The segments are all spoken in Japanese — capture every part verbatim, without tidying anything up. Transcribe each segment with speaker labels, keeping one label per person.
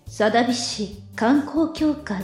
Speaker 1: 貞美市観光協会。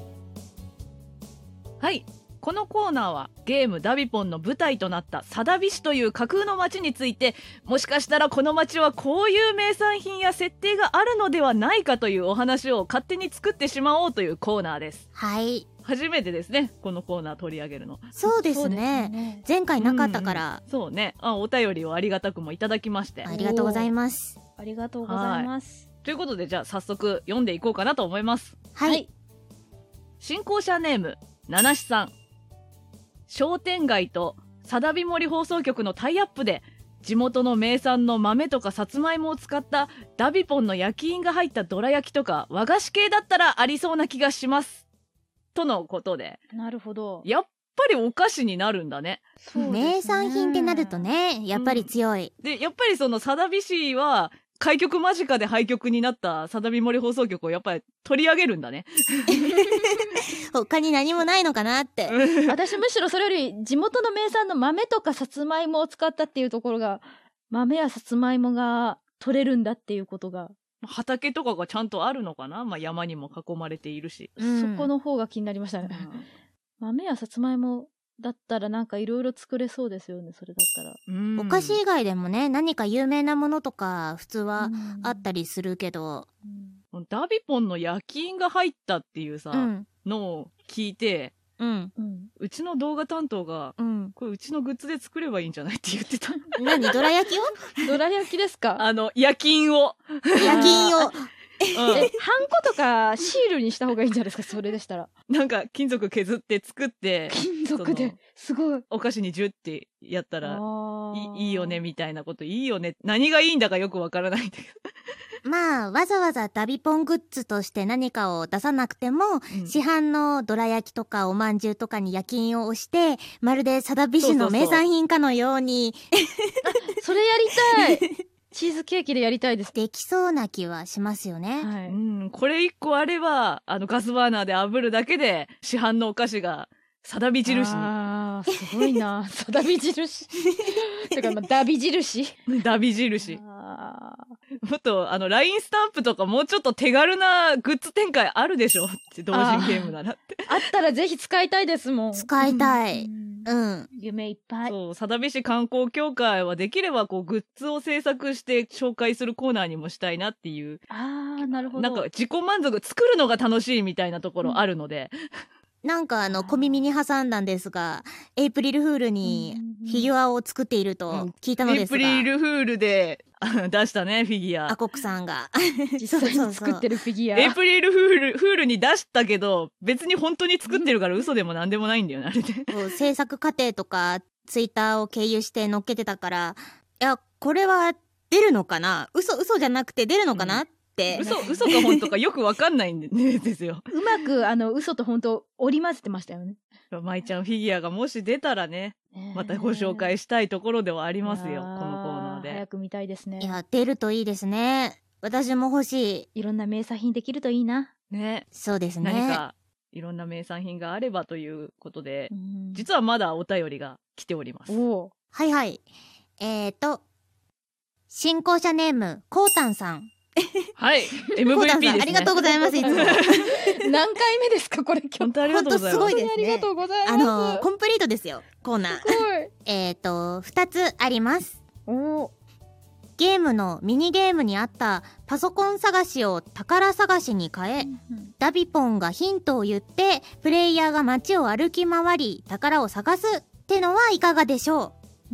Speaker 2: はい、このコーナーはゲームダビポンの舞台となった貞美市という架空の町について、もしかしたらこの町はこういう名産品や設定があるのではないかというお話を勝手に作ってしまおうというコーナーです。
Speaker 3: はい、
Speaker 2: 初めてですね、このコーナー取り上げるの。
Speaker 3: そうですね、ね、前回なかったから、
Speaker 2: うんうん、そうね、あ、お便りをありがたくもいただきまして、
Speaker 3: ありがとうございます。
Speaker 4: ありがとうございます。
Speaker 2: ということで、じゃあ早速読んでいこうかなと思います。
Speaker 3: はい、はい、
Speaker 2: 新興者ネーム七七さん。商店街と貞美森放送局のタイアップで地元の名産の豆とかさつまいもを使ったダビポンの焼き印が入ったどら焼きとか和菓子系だったらありそうな気がしますとのことで。
Speaker 4: なるほど、
Speaker 2: やっぱりお菓子になるんだね。
Speaker 3: そうですね、名産品ってなるとね、やっぱり強い、
Speaker 2: うん、でやっぱりその貞美市は開局間近で廃局になった貞美森放送局をやっぱり取り上げるんだね
Speaker 3: 他に何もないのかなって
Speaker 4: 私むしろそれより地元の名産の豆とかさつまいもを使ったっていうところが、豆やさつまいもが取れるんだっていうことが、
Speaker 2: 畑とかがちゃんとあるのかな、まあ、山にも囲まれているし、
Speaker 4: うん、そこの方が気になりましたね、うん、豆やさつまいもだったらなんかいろいろ作れそうですよね、それだったら。
Speaker 2: うん、
Speaker 3: お菓子以外でもね、何か有名なものとか普通はあったりするけど、
Speaker 2: うん、ダビポンの焼き印が入ったっていうさ、うん、のを聞いて、
Speaker 3: うん、
Speaker 2: うちの動画担当が、うん、これうちのグッズで作ればいいんじゃないって言ってた
Speaker 3: 何、どら焼きを
Speaker 4: どら焼きですか？
Speaker 2: あの焼き印を
Speaker 3: 焼き印を
Speaker 4: うん、え、ハンコとかシールにした方がいいんじゃないですか、それでしたら。
Speaker 2: なんか金属削って作って、
Speaker 4: 金属ですごい
Speaker 2: お菓子にジュってやったらい い, いいよねみたいなこと。いいよね、何がいいんだかよくわからないんだけど
Speaker 3: まあわざわざダビポングッズとして何かを出さなくても、うん、市販のどら焼きとかおまんじゅうとかに焼き印を押して、まるで貞美市の名産品かのように
Speaker 4: それやりたいチーズケーキでやりたいです。
Speaker 3: できそうな気はしますよね、
Speaker 2: はい、うん、これ一個あれば、あのガスバーナーで炙るだけで市販のお菓子が貞美印に。
Speaker 4: あー、すごいな貞美印てか、まあ、ダビ印
Speaker 2: ダビ印。あ、もっとあの ライン スタンプとかもうちょっと手軽なグッズ展開あるでしょって同人ゲームならって
Speaker 4: あったらぜひ使いたいですもん。
Speaker 3: 使いたい、うんうん、
Speaker 4: 夢いっぱい。
Speaker 2: そう、貞美市観光協会はできればこうグッズを制作して紹介するコーナーにもしたいなっていう。
Speaker 4: あー、なるほど。
Speaker 2: なんか自己満足、作るのが楽しいみたいなところあるので、
Speaker 3: うん、なんかあの小耳に挟んだんですが、エイプリルフールにフィギュアを作っていると聞いたのですが、
Speaker 2: うん、エイプリルフールで出したね、フィギュア。
Speaker 3: アコックさんが
Speaker 4: 実際に作ってるフィギュア。
Speaker 2: エイプリルフール、フールに出したけど、別に本当に作ってるから嘘でもなんでもないんだよね、あれで。
Speaker 3: 制作過程とかツイッターを経由して載っけてたから、いや、これは出るのかな、嘘嘘じゃなくて出るのかなって、
Speaker 2: うん、嘘嘘か本当かよくわかんないんですよ。
Speaker 4: うまくあの嘘と本当織り交ぜてましたよね。
Speaker 2: 舞ちゃんフィギュアがもし出たらね、またご紹介したいところではありますよ、このコーナーで。
Speaker 4: 早く見たいですね。
Speaker 3: いや、出るといいですね。私も欲しい。
Speaker 4: いろんな名産品できるといいな。
Speaker 2: ね。
Speaker 3: そうですね。
Speaker 2: 何かいろんな名産品があればということで、実はまだお便りが来ております。
Speaker 3: お、はいはい。えーと新興者ネームコータンさん。
Speaker 2: はい、エムブイピー ですね。
Speaker 3: ありがとうございます。いつも
Speaker 4: 何回目ですかこれ。
Speaker 2: 本当ありがとうございます。
Speaker 3: 本当すごいですね。
Speaker 4: ありがとうございます。
Speaker 3: あのー、コンプリートですよ、コーナー。
Speaker 4: すごい。
Speaker 3: えーとふたつあります。
Speaker 4: お、
Speaker 3: ゲームのミニゲームにあったパソコン探しを宝探しに変え、うんうん、ダビポンがヒントを言ってプレイヤーが街を歩き回り宝を探すってのはいかがでしょう、うん、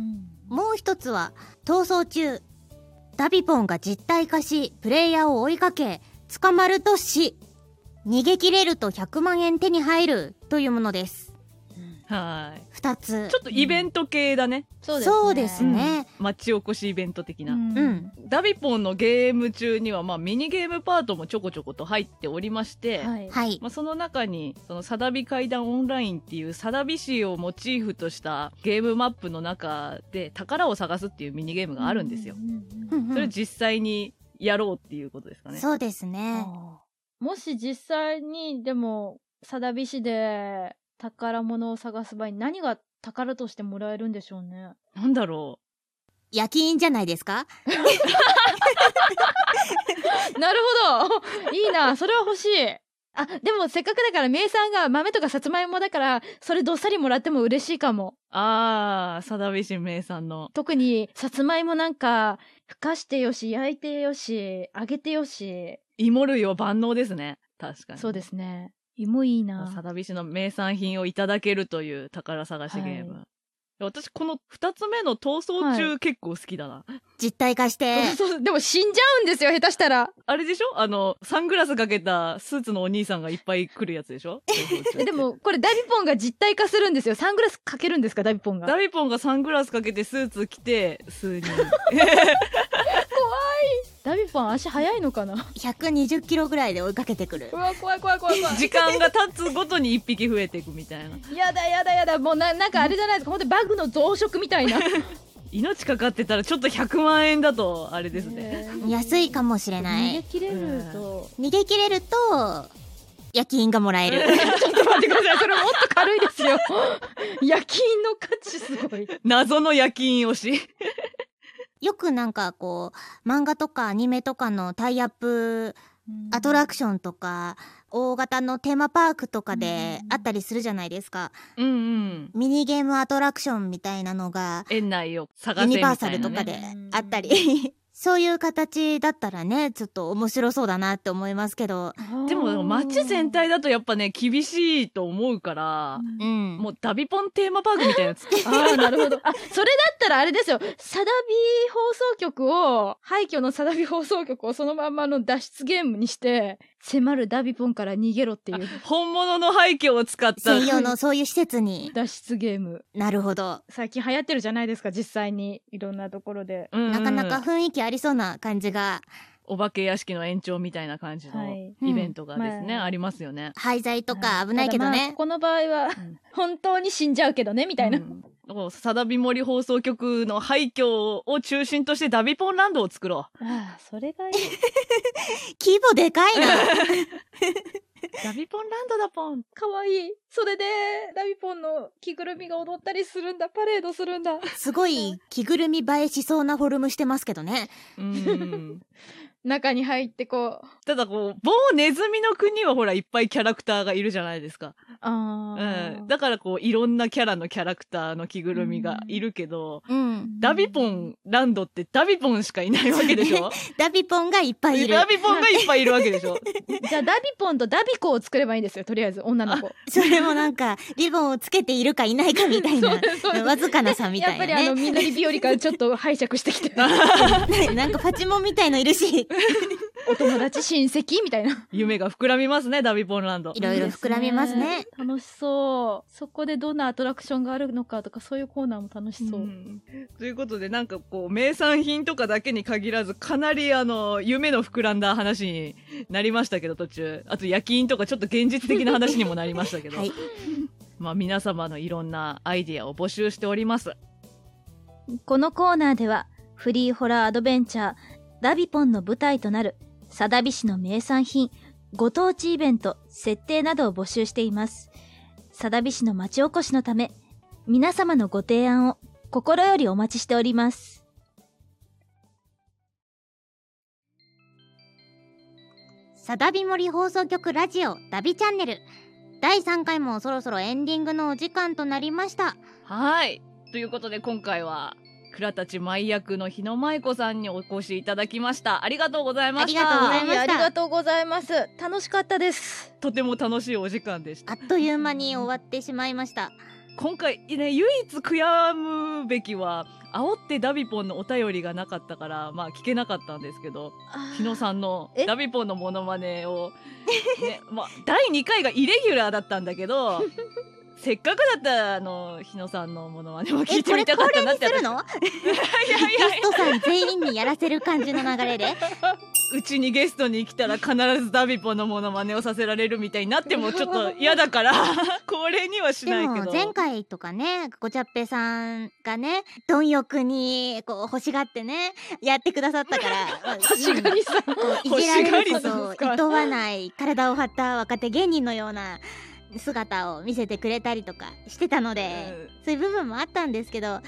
Speaker 3: もう一つは逃走中ダビポンが実体化しプレイヤーを追いかけ捕まると死、逃げ切れるとひゃくまんえん手に入るというものです。
Speaker 2: はい。
Speaker 3: ふたつ。
Speaker 2: ちょっとイベント系だね。
Speaker 3: うん、そうですね。
Speaker 2: うん、町おこしイベント的な。
Speaker 3: うん。
Speaker 2: ダビポンのゲーム中には、まあ、ミニゲームパートもちょこちょこと入っておりまして、
Speaker 3: はい。
Speaker 2: まあ、その中に、その貞美怪談オンラインっていう貞美市をモチーフとしたゲームマップの中で宝を探すっていうミニゲームがあるんですよ。うんうん、それを実際にやろうっていうことですかね。
Speaker 3: そうですね。
Speaker 4: もし実際に、でも、貞美市で、宝物を探す場合に何が宝としてもらえるんでしょうね。
Speaker 2: なんだろ
Speaker 3: 夜勤じゃないですか。
Speaker 4: なるほどいいな、それは欲しい。あ、でもせっかくだから名産が豆とかさつまいもだから、それどっさりもらっても嬉しいかも。
Speaker 2: あー、佐田市名産の。
Speaker 4: 特にさつまいもなんかふかしてよし、焼いてよし、揚げてよし、
Speaker 2: 芋類は万能ですね。確かに。
Speaker 4: そうですね。芋いいな。
Speaker 2: 佐田市の名産品をいただけるという宝探しゲーム、はい、私このふたつめの逃走中、はい、結構好きだな。
Speaker 3: 実体化して
Speaker 4: そうでも死んじゃうんですよ、下手したら。
Speaker 2: あれでしょ、あのサングラスかけたスーツのお兄さんがいっぱい来るやつでしょ
Speaker 4: でもこれダビポンが実体化するんですよ。サングラスかけるんですか、ダビポンが。
Speaker 2: ダビポンがサングラスかけてスーツ着て数人怖い。
Speaker 4: ダビポン足速いのかな。
Speaker 3: ひゃくにじゅっキロぐらいで追いかけてくる。
Speaker 4: うわ、怖い怖い怖い怖い。
Speaker 2: 時間が経つごとにいっぴき増えていくみたいな。
Speaker 4: やだやだやだ、もう な, なんかあれじゃないですか、ほんとバグの増殖みたいな
Speaker 2: 命かかってたらちょっとひゃくまんえんだとあれですね、
Speaker 3: 安いかもしれない。
Speaker 4: 逃げ切れると、
Speaker 3: 逃げ切れると夜勤がもらえる。
Speaker 4: ちょっと待ってください、それもっと軽いですよ夜勤の価値すごい。
Speaker 2: 謎の夜勤推し
Speaker 3: よくなんかこう漫画とかアニメとかのタイアップアトラクションとか大型のテーマパークとかであったりするじゃないですか。
Speaker 2: うんうん。
Speaker 3: ミニゲームアトラクションみたいなのが
Speaker 2: 園内を探せ
Speaker 3: ユ
Speaker 2: みたいな、ね、
Speaker 3: ニバーサルとかであったりそういう形だったらね、ちょっと面白そうだなって思いますけど。
Speaker 2: でも街全体だとやっぱね厳しいと思うから、
Speaker 3: うん、
Speaker 2: もうダビポンテーマパークみたいなやつ
Speaker 4: ああなるほど。あ、それだったらあれですよ、サダビ放送局を、廃墟のサダビ放送局をそのまんまの脱出ゲームにして迫るダビポンから逃げろっていう、
Speaker 2: 本物の廃墟を使った
Speaker 3: 専用のそういう施設に
Speaker 4: 脱出ゲーム。
Speaker 3: なるほど。
Speaker 4: 最近流行ってるじゃないですか、実際にいろんなところで、
Speaker 2: うんうん、
Speaker 3: なかなか雰囲気ありそうな感じが。
Speaker 2: お化け屋敷の延長みたいな感じのイベントがですね、はい、うん、ありますよね。
Speaker 3: 廃材とか危ないけどね、
Speaker 4: まあ、この場合は、うん、本当に死んじゃうけどねみたいな、
Speaker 2: うん、サダビ森放送局の廃墟を中心としてダビポンランドを作ろう。
Speaker 4: ああ、それがいい
Speaker 3: 規模でかいな
Speaker 2: ダビポンランドだポン。
Speaker 4: かわいい。それでダビポンの着ぐるみが踊ったりするんだ、パレードするんだ。
Speaker 3: すごい着ぐるみ映えしそうなフォルムしてますけどね。
Speaker 2: うん
Speaker 4: 中に入ってこう、
Speaker 2: ただこう某ネズミの国はほらいっぱいキャラクターがいるじゃないですか。
Speaker 4: あ、
Speaker 2: うん、だからこういろんなキャラのキャラクターの着ぐるみがいるけど、
Speaker 3: うん、
Speaker 2: ダビポンランドってダビポンしかいないわけでしょ
Speaker 3: ダビポンがいっぱいいる。
Speaker 2: ダビポンがいっぱいいるわけでしょ
Speaker 4: じゃあダビポンとダビコを作ればいいんですよ、とりあえず女の子。
Speaker 3: それもなんかリボンをつけているかいないかみたいなわずかな差みたいなね。
Speaker 4: やっぱりあの緑日和からちょっと拝借してきて
Speaker 3: なんかパチモンみたいのいるし
Speaker 4: お友達親戚みたいな。
Speaker 2: 夢が膨らみますね、ダビポンランド。
Speaker 3: いろいろ膨らみますね。
Speaker 4: 楽しそう。そこでどんなアトラクションがあるのかとか、そういうコーナーも楽しそう。うん、
Speaker 2: ということで、なんかこう名産品とかだけに限らず、かなりあの夢の膨らんだ話になりましたけど、途中あと夜勤とかちょっと現実的な話にもなりましたけど、はい、まあ皆様のいろんなアイディアを募集しております。
Speaker 1: このコーナーではフリーホラーアドベンチャーダビポンの舞台となる佐田市の名産品、ご当地イベント、設定などを募集しています。佐田市の町おこしのため、皆様のご提案を心よりお待ちしております。
Speaker 3: 佐田森放送局ラジオダビチャンネルだいさんかいもそろそろエンディングのお時間となりました。
Speaker 2: はい。ということで今回は倉立舞役の日野舞子さんにお越しいただきました。ありがとうございました。
Speaker 3: ありがとうございました。
Speaker 4: ありがとうございます。楽しかったです。
Speaker 2: とても楽しいお時間でした。
Speaker 3: あっという間に終わってしまいました。
Speaker 2: 今回ね、唯一悔やむべきは煽ってダビポンのお便りがなかったからまあ聞けなかったんですけど、日野さんのダビポンのモノマネを、ねまあ、だいにかいがイレギュラーだったんだけどせっかくだったらあの日野さんのモノマネも聞いてみたかったなって。
Speaker 3: え、これ恒例にするの？いやいやいや、ゲストさん全員にやらせる感じの流れで
Speaker 2: うちにゲストに来たら必ずダビポンのモノマネをさせられるみたいになってもちょっと嫌だから恒例にはしないけど。
Speaker 3: でも前回とかね、ごちゃっぺさんがね貪欲にこう欲しがってねやってくださったから
Speaker 4: 欲しがりさん
Speaker 3: いじられることをいとわない体を張った若手芸人のような姿を見せてくれたりとかしてたので、うん、そういう部分もあったんですけど、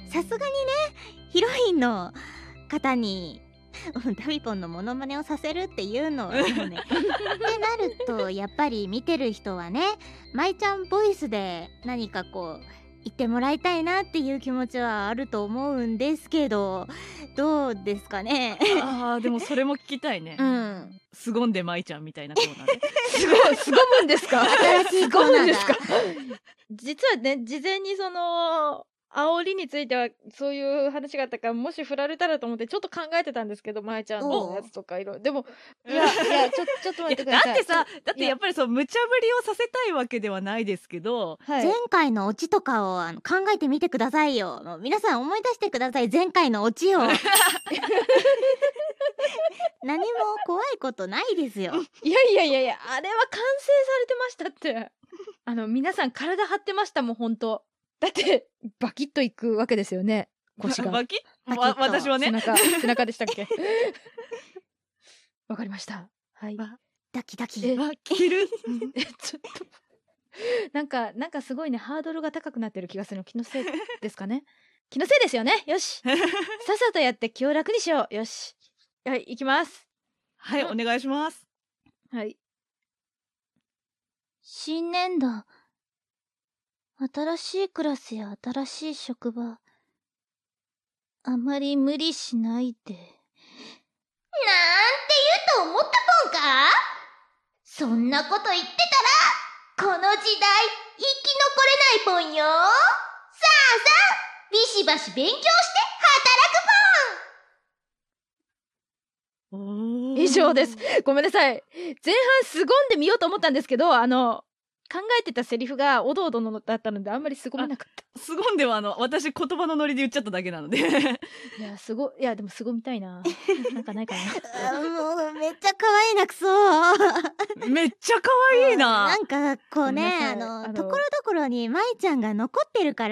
Speaker 3: さすがにね、ヒロインの方にダビポンのモノマネをさせるっていうのはもうねってなるとやっぱり見てる人はね、舞ちゃんボイスで何かこう言ってもらいたいなっていう気持ちはあると思うんですけど、どうですかね。
Speaker 2: あーでもそれも聞きたいね。
Speaker 3: うん
Speaker 2: 凄んで舞ちゃんみたいなコーナーで。
Speaker 4: すごい、すごむんですか？
Speaker 3: 新しいコーナーだ。
Speaker 4: すごいですか？実はね、事前にその、煽りについてはそういう話があったから、もし振られたらと思ってちょっと考えてたんですけど、まえちゃんのやつとかいろいろ。でも、いや、いや、ちょ、ちょっと待ってください。
Speaker 2: だってさ、だってやっぱりそう無茶ぶりをさせたいわけではないですけど、
Speaker 4: はい、
Speaker 3: 前回のオチとかをあの考えてみてくださいよ。もう皆さん思い出してください、前回のオチを。何も怖いことないですよ。
Speaker 4: いやいやいやいや、あれは完成されてましたって。あの、皆さん体張ってましたもん、ほんと。だって、バキッといくわけですよね。腰が。
Speaker 2: バキ
Speaker 3: バキッと
Speaker 2: わ私はね
Speaker 4: 背中、背中でしたっけ？わかりました。はい。
Speaker 3: ドキドキ。
Speaker 4: え
Speaker 2: バキる
Speaker 4: え、ちょっと。なんか、なんかすごいね、ハードルが高くなってる気がするの。気のせいですかね。気のせいですよね。よし。さっさとやって気を楽にしよう。よし。はい、行きます。
Speaker 2: はい、お願いします。
Speaker 4: はい。
Speaker 1: 新年度。新しいクラスや新しい職場。あまり無理しないで。なんて言うと思ったぽんか？そんなこと言ってたら、この時代、生き残れないぽんよ。さあさあ、ビシバシ勉強して働くぽん。
Speaker 2: おー
Speaker 4: 以上です。ごめんなさい。前半凄んでみようと思ったんですけど、あの、考えてたセリフがおどおどのだったのであんまり凄めなかった。
Speaker 2: 凄んではあの私言葉のノリで言っちゃっただけなので。
Speaker 4: いや、すご、いや、でも凄みたいな。なんかないかな。
Speaker 3: あもうめっちゃ可愛いな、くそ。
Speaker 2: めっちゃ可愛いな。
Speaker 3: なんかこうね、あ
Speaker 4: ごめんなさいあの
Speaker 3: のところどころに舞ちゃんが残ってるから、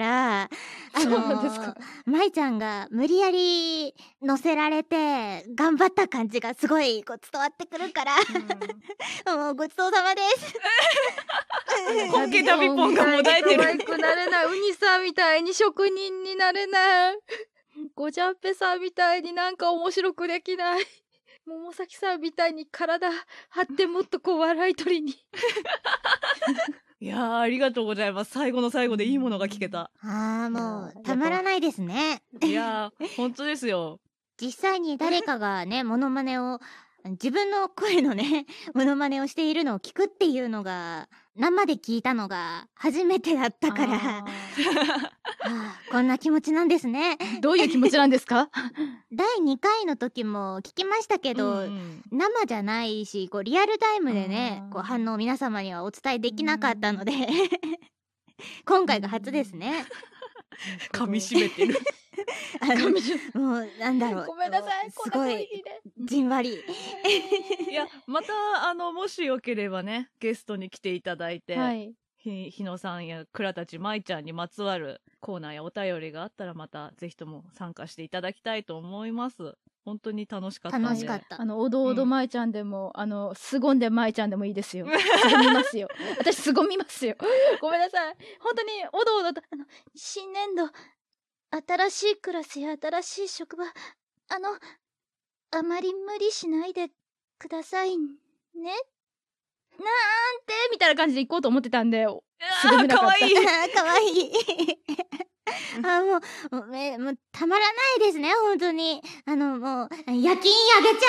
Speaker 3: あ
Speaker 4: そうなん
Speaker 3: の
Speaker 4: ですか。
Speaker 3: 舞ちゃんが無理やり乗せられて頑張った感じがすごいこう伝わってくるから、もうごちそうさまです。
Speaker 2: ホッケダビポンがもだえてる。
Speaker 4: 可愛くなれない。ウニさんみたいに職人になれない。ゴジャンペさんみたいになんか面白くできない。桃崎さんみたいに体張ってもっとこう笑い取りに。
Speaker 2: いやーありがとうございます。最後の最後でいいものが聞けた。
Speaker 3: ああ、も
Speaker 4: いや
Speaker 3: うたまらないですね。
Speaker 2: いやー本当ですよ。
Speaker 3: 実際に誰かがねモノマネを自分の声のねモノマネをしているのを聞くっていうのが生で聞いたのが初めてだったから、はあ、こんな気持ちなんですね。
Speaker 4: どういう気持ちなんですか？
Speaker 3: だいにかいの時も聞きましたけど、
Speaker 2: うんうん
Speaker 3: 生じゃないしこうリアルタイムでね
Speaker 4: あー
Speaker 3: こう反応を皆様にはお伝えできなかったので今回が初ですね。
Speaker 2: 噛み締めてる。
Speaker 3: あの
Speaker 4: 噛み締め
Speaker 3: もうなんだろう、
Speaker 4: ごめんなさい。
Speaker 3: すごいじんわり。
Speaker 2: いやまたあのもしよければねゲストに来ていただいて、
Speaker 4: はい。
Speaker 2: ひ日野さんや倉たち舞ちゃんにまつわるコーナーやお便りがあったらまたぜひとも参加していただきたいと思います。本当に楽しかったんで。
Speaker 3: 楽しかった
Speaker 4: あの、おどおどまいちゃんでも、あの、凄んでまいちゃんでもいいですよ。凄みますよ。私凄みますよ。ごめんなさい。本当に、おどおどと、あの、
Speaker 1: 新年度、新しいクラスや新しい職場、あの、あまり無理しないでくださいね。
Speaker 4: なんて、みたいな感じで行こうと思ってたんで、すご
Speaker 2: あー
Speaker 4: めなかった。
Speaker 2: かわいい。
Speaker 3: かわいい。あもうもうめもうたまらないですね本当に。あのもう夜勤あげちゃう。
Speaker 4: 嬉しい。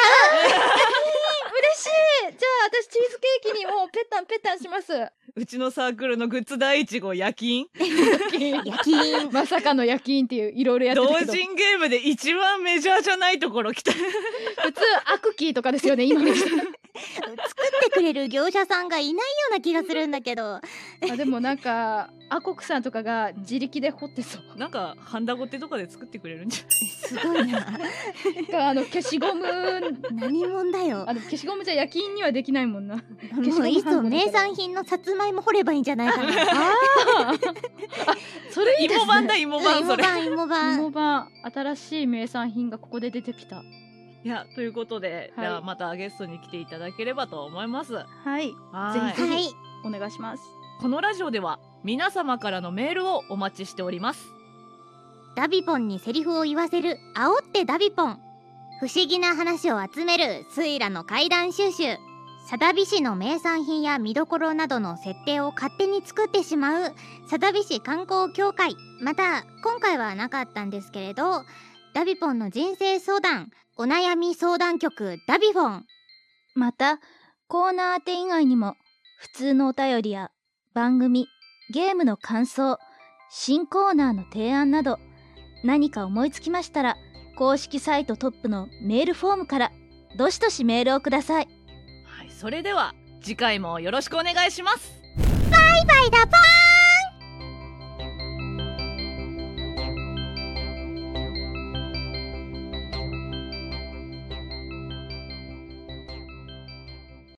Speaker 4: じゃあ私チーズケーキにもうペッタンペッタンします。
Speaker 2: うちのサークルのグッズ第一号夜勤。
Speaker 3: 夜勤
Speaker 4: まさかの夜勤っていういろいろやって
Speaker 2: 同
Speaker 4: たけど、
Speaker 2: 人ゲームで一番メジャーじゃないところ来た。
Speaker 4: 普通アクキーとかですよね今の時代。
Speaker 3: 作ってくれる業者さんがいないような気がするんだけど。
Speaker 4: あでもなんかアコクさんとかが自力で掘ってそう。
Speaker 2: なんかハンダゴテとかで作ってくれるんじゃない？
Speaker 3: すごいな。
Speaker 4: あの消しゴム、
Speaker 3: 何者だよ。
Speaker 4: あの消しゴムじゃ夜勤にはできないもんな。
Speaker 3: もういっそ名産品のさつまいも掘ればいいんじゃないかな。
Speaker 4: ああ、それいいですね。
Speaker 2: 芋版だ芋版それ。
Speaker 3: 芋版芋版。
Speaker 4: 芋版、新しい名産品がここで出てきた。
Speaker 2: いやということで、
Speaker 4: はい
Speaker 2: じゃあまたゲストに来ていただければと思います。
Speaker 4: はい、
Speaker 2: はい
Speaker 4: ぜひ
Speaker 3: はい。
Speaker 4: お願いします。
Speaker 2: このラジオでは皆様からのメールをお待ちしております。
Speaker 3: ダビポンにセリフを言わせる煽ってダビポン、不思議な話を集めるスイラの怪談収集、佐田市の名産品や見どころなどの設定を勝手に作ってしまう佐田市観光協会、また今回はなかったんですけれど、ダビポンの人生相談、お悩み相談局ダビフォン、
Speaker 1: またコーナー宛て以外にも普通のお便りや番組、ゲームの感想、新コーナーの提案など何か思いつきましたら公式サイトトップのメールフォームからどしどしメールをください。
Speaker 2: はい、それでは次回もよろしくお願いします。